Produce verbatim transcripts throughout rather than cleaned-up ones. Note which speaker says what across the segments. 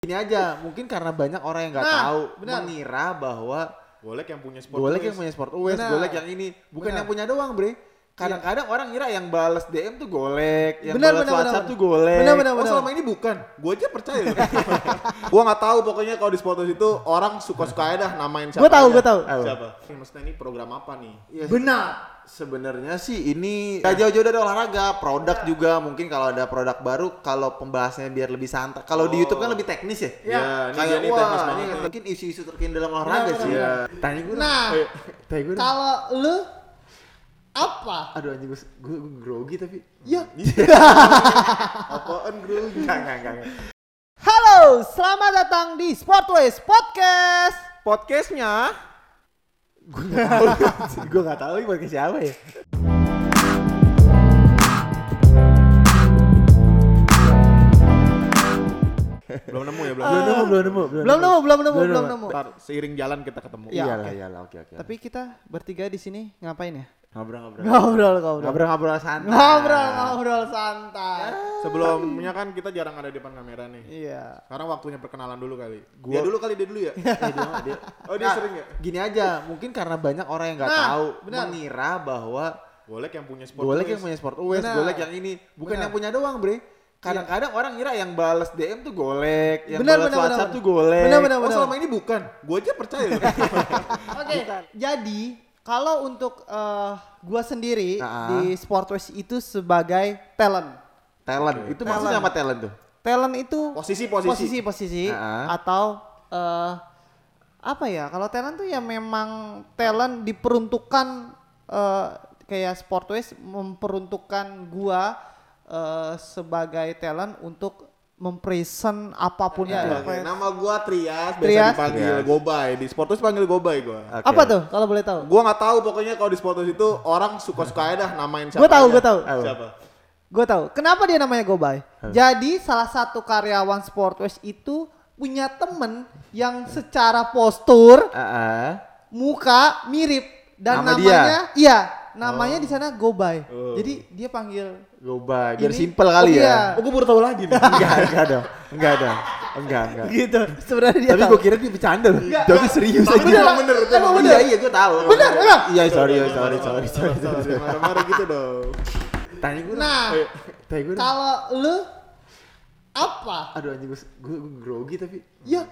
Speaker 1: Ini aja, mungkin karena banyak orang yang nggak
Speaker 2: Nah,
Speaker 1: tahu
Speaker 2: benar.
Speaker 1: mengira bahwa
Speaker 3: Golek yang punya sport
Speaker 1: Golek
Speaker 3: West.
Speaker 1: yang punya Sport West,
Speaker 2: Benar.
Speaker 1: Golek yang ini, bukan
Speaker 2: Benar.
Speaker 1: yang punya doang, Bre. Kadang-kadang orang ngira yang balas D M tuh Golek, yang
Speaker 2: Benar,
Speaker 1: balas
Speaker 2: benar,
Speaker 1: WhatsApp
Speaker 2: benar.
Speaker 1: tuh Golek.
Speaker 2: Benar, benar,
Speaker 3: Oh
Speaker 2: benar.
Speaker 3: selama ini bukan, gue aja percaya. Gue nggak tahu pokoknya kalau di sport West itu orang suka-suka aja dah namain siapa.
Speaker 2: Gue tahu,
Speaker 3: aja.
Speaker 2: gue tahu.
Speaker 1: Ayo.
Speaker 3: Siapa? Ini maksudnya ini program apa nih?
Speaker 1: Iya,
Speaker 2: Benar.
Speaker 1: sebenarnya sih ini gak jauh-jauh dari olahraga, produk juga mungkin kalau ada produk baru, kalau pembahasannya biar lebih santai. Kalau di
Speaker 3: Oh.
Speaker 1: YouTube kan lebih teknis ya.
Speaker 3: Ya, ini
Speaker 1: Kayak
Speaker 3: jadi
Speaker 1: wah,
Speaker 3: teknis
Speaker 1: ini
Speaker 3: banget nih.
Speaker 1: mungkin isu-isu terkini dalam olahraga
Speaker 2: Benar,
Speaker 1: sih.
Speaker 2: benar,
Speaker 1: Ya. Tanya gue.
Speaker 2: Nah,
Speaker 1: tanya gue.
Speaker 2: kalau lu apa?
Speaker 1: Aduh anjing gue, gue, gue grogi tapi.
Speaker 2: Ya.
Speaker 3: Apaan bro?
Speaker 1: Enggak, enggak, enggak. enggak.
Speaker 2: Halo, selamat datang di Sportways Podcast.
Speaker 3: Podcastnya
Speaker 1: Gue nggak tahu. Gue nggak tahu ini podcast siapa ya.
Speaker 3: belum nemu ya belum.
Speaker 2: Eh,
Speaker 1: Belum nemu, belum nemu,
Speaker 2: Belum nemu, belum nemu,
Speaker 1: Belum
Speaker 2: belum
Speaker 1: nemu.
Speaker 2: nemu.
Speaker 3: Ntar seiring jalan kita ketemu.
Speaker 2: Iya,
Speaker 1: Iyalah,
Speaker 2: oke.
Speaker 1: iyalah, oke, oke.
Speaker 2: Tapi kita bertiga di sini ngapain ya?
Speaker 1: ngobrol-ngobrol.
Speaker 2: Ngobrol, ngobrol.
Speaker 1: Ngobrol-ngobrol santai.
Speaker 2: Ngobrol, ngobrol santai.
Speaker 3: Sebelumnya kan kita jarang ada di depan kamera nih.
Speaker 2: Iya.
Speaker 3: Sekarang waktunya perkenalan dulu kali.
Speaker 1: Gua-
Speaker 3: Dia dulu kali dia dulu ya.
Speaker 1: Eh, dia, dia.
Speaker 3: Oh dia
Speaker 1: Nah,
Speaker 3: sering ya.
Speaker 1: Gini aja, mungkin karena banyak orang yang nggak
Speaker 2: Nah,
Speaker 1: tahu
Speaker 2: benar.
Speaker 1: mengira bahwa
Speaker 3: Golek yang punya sport
Speaker 1: Golek
Speaker 3: West.
Speaker 1: yang punya Sport West,
Speaker 2: Benar.
Speaker 1: Golek yang ini, bukan
Speaker 2: Benar.
Speaker 1: yang punya doang, Bre. Kadang-kadang orang ngira yang balas D M tuh Golek, yang
Speaker 2: Benar,
Speaker 1: balas
Speaker 2: benar,
Speaker 1: WhatsApp
Speaker 2: benar.
Speaker 1: tuh Golek.
Speaker 2: Benar, benar,
Speaker 3: Oh
Speaker 2: benar.
Speaker 3: selama ini bukan. Gue aja percaya.
Speaker 2: Oke, jadi kalau untuk eh, gua sendiri
Speaker 1: Ah.
Speaker 2: di Sportways itu sebagai talent.
Speaker 1: Talent,
Speaker 3: Oke.
Speaker 1: itu maksudnya
Speaker 2: Talent.
Speaker 1: apa talent tuh?
Speaker 2: Talent itu
Speaker 3: Posisi posisi.
Speaker 2: posisi posisi
Speaker 1: Ah.
Speaker 2: atau eh, apa ya? Kalau talent tuh ya memang talent diperuntukkan eh, kayak Sportways memperuntukkan gua eh, sebagai talent untuk mempresent apapun
Speaker 1: Ya,
Speaker 2: itu.
Speaker 3: Oke,
Speaker 2: Kayak-
Speaker 3: nama gua Trias, biasa
Speaker 2: Trias.
Speaker 3: dipanggil
Speaker 1: Trias.
Speaker 3: Gobay. Di Sportus panggil Gobay gua.
Speaker 1: Oke.
Speaker 2: Apa tuh kalau boleh tahu?
Speaker 3: Gua nggak tahu pokoknya kalau di Sportus itu orang suka-suka aja dah namain siapa.
Speaker 2: Gue tahu,
Speaker 3: aja.
Speaker 2: gue tahu.
Speaker 1: Ayo.
Speaker 3: Siapa?
Speaker 2: Gue tahu. Kenapa dia namanya Gobay?
Speaker 1: Hmm.
Speaker 2: Jadi salah satu karyawan Sportways itu punya temen yang secara postur,
Speaker 1: Ah, ah.
Speaker 2: muka mirip dan
Speaker 1: Nama
Speaker 2: namanya iya, namanya
Speaker 3: Oh.
Speaker 2: di sana Gobay.
Speaker 3: Oh.
Speaker 2: Jadi dia panggil
Speaker 1: Gobay, biar
Speaker 2: Ini-
Speaker 1: simpel kali
Speaker 2: oh,
Speaker 1: ya.
Speaker 2: iya.
Speaker 3: Oh, gua baru tahu lagi nih.
Speaker 1: Enggak, enggak dong. Enggak dong. Enggak, enggak.
Speaker 2: gitu. Sebenarnya dia
Speaker 1: Tapi
Speaker 2: tahu.
Speaker 1: gue kira dia bercanda loh. Jadi serius
Speaker 3: Tapi
Speaker 1: aja.
Speaker 3: bener, emang bener, itu emang
Speaker 1: Iya, iya, gue tahu.
Speaker 2: Bener, emang?
Speaker 1: Iya, sorry, sorry, sorry, sorry, sorry. sorry.
Speaker 3: Marah-marah gitu dong.
Speaker 1: Tanya gue.
Speaker 2: Nah,
Speaker 3: Ayo.
Speaker 1: tanya gue.
Speaker 2: kalau lu apa?
Speaker 1: Aduh anjing gue, gue, gue grogi tapi.
Speaker 2: Ya,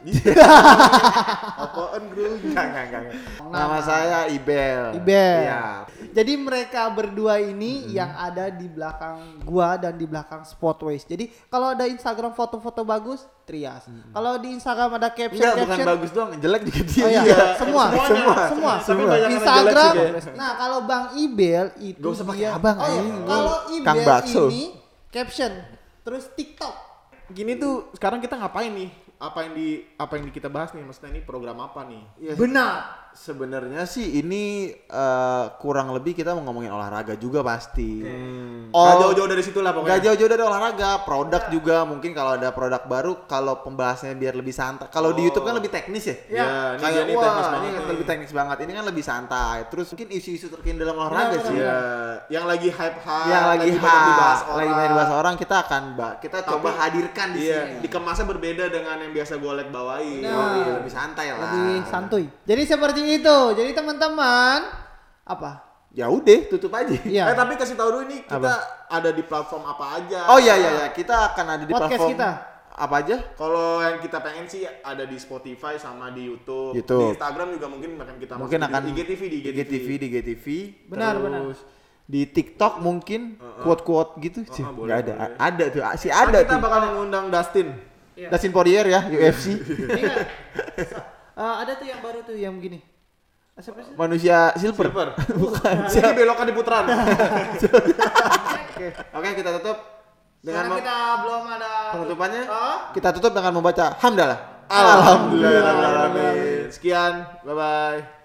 Speaker 3: Apaan bro?
Speaker 1: Enggak, enggak, enggak. Nama saya Ibel.
Speaker 2: Ibel.
Speaker 1: Iya.
Speaker 2: Jadi mereka berdua ini yang ada di belakang gua dan di belakang Sportways. Jadi kalau ada Instagram foto-foto bagus, Trias. Kalau di Instagram ada caption
Speaker 1: Enggak, bukan
Speaker 2: caption
Speaker 1: bagus doang, jelek juga dia.
Speaker 2: Oh iya,
Speaker 1: Iya.
Speaker 2: semua,
Speaker 3: Semuanya.
Speaker 2: semua, semua,
Speaker 3: Tapi
Speaker 1: semua.
Speaker 3: banyak yang
Speaker 2: Instagram.
Speaker 3: jelek juga.
Speaker 2: Nah, kalau Bang Ibel itu
Speaker 1: Gak usah pakai
Speaker 2: dia-
Speaker 1: abang,
Speaker 2: oh, iya.
Speaker 1: anjing.
Speaker 2: Kalau
Speaker 1: Kang
Speaker 2: Ibel
Speaker 1: Bakso.
Speaker 2: ini caption, terus TikTok.
Speaker 3: Gini tuh sekarang kita ngapain nih? Apa yang di apa yang di kita bahas nih? Maksudnya ini program apa nih?
Speaker 1: Iya,
Speaker 2: Benar.
Speaker 1: sebenarnya sih ini eh, kurang lebih kita mau ngomongin olahraga juga pasti.
Speaker 3: Hmm.
Speaker 1: Oh.
Speaker 3: Nggak jauh-jauh dari situ lah
Speaker 1: Gak
Speaker 3: pokoknya.
Speaker 1: jauh-jauh dari olahraga, produk juga mungkin kalau ada produk baru, kalau pembahasannya biar lebih santai. Kalau di
Speaker 3: Oh.
Speaker 1: YouTube kan lebih teknis ya.
Speaker 3: Ya, ini
Speaker 1: Kayak
Speaker 3: jadi
Speaker 1: wah,
Speaker 3: teknis
Speaker 1: ini
Speaker 3: banget
Speaker 1: kan
Speaker 3: nih.
Speaker 1: lebih teknis banget. Ini kan lebih santai. Terus mungkin isu-isu terkini dalam olahraga
Speaker 2: Benar,
Speaker 1: sih.
Speaker 2: benar,
Speaker 3: Iya, yang lagi hype-hype,
Speaker 1: Yang lagi
Speaker 3: banyak dibahas
Speaker 1: ha, lagi banyak dibahas orang, kita akan ba- kita
Speaker 3: Tapi-
Speaker 1: coba hadirkan di
Speaker 3: Iya,
Speaker 1: sini.
Speaker 3: dikemasnya berbeda dengan yang biasa golek bawain.
Speaker 2: Nah.
Speaker 1: Oh, iya, lebih santai lah.
Speaker 2: Lebih santuy. Jadi seperti itu. Jadi teman-teman, apa?
Speaker 1: Ya udah, tutup aja.
Speaker 2: Iya.
Speaker 3: Eh tapi kasih tahu dulu ini kita
Speaker 1: Apa?
Speaker 3: ada di platform apa aja.
Speaker 1: Oh iya iya iya, kita akan ada di
Speaker 2: Podcast
Speaker 1: platform
Speaker 2: kita.
Speaker 1: apa aja?
Speaker 3: Kalau yang kita pengen sih ada di Spotify sama di YouTube.
Speaker 1: YouTube.
Speaker 3: Di Instagram juga mungkin akan kita
Speaker 1: Mungkin
Speaker 3: masukin.
Speaker 1: akan
Speaker 3: di I G T V di
Speaker 1: I G T V di I G T V.
Speaker 2: Benar,
Speaker 1: terus
Speaker 2: benar.
Speaker 1: Di TikTok mungkin
Speaker 3: Uh-uh.
Speaker 1: quote-quote gitu sih.
Speaker 3: Uh-uh, boleh,
Speaker 1: Nggak ada.
Speaker 3: boleh.
Speaker 1: Ada tuh, si
Speaker 3: Kan
Speaker 1: ada
Speaker 3: kita
Speaker 1: tuh.
Speaker 3: bakal mengundang Dustin.
Speaker 2: Iya.
Speaker 1: Dustin Poirier ya, U F C.
Speaker 2: Ingat. Eh, ada tuh yang baru tuh yang begini. Ah, siapa sih?
Speaker 1: Manusia silver.
Speaker 3: Silver.
Speaker 1: Bukan.
Speaker 3: Ini belokan di putaran.
Speaker 1: Oke. Oke, kita tutup dengan
Speaker 2: Karena
Speaker 1: mem-
Speaker 2: kita belum ada
Speaker 1: penutupannya.
Speaker 2: Oh?
Speaker 1: Kita tutup dengan membaca hamdalah.
Speaker 3: Alhamdulillah. Sekian. Bye bye.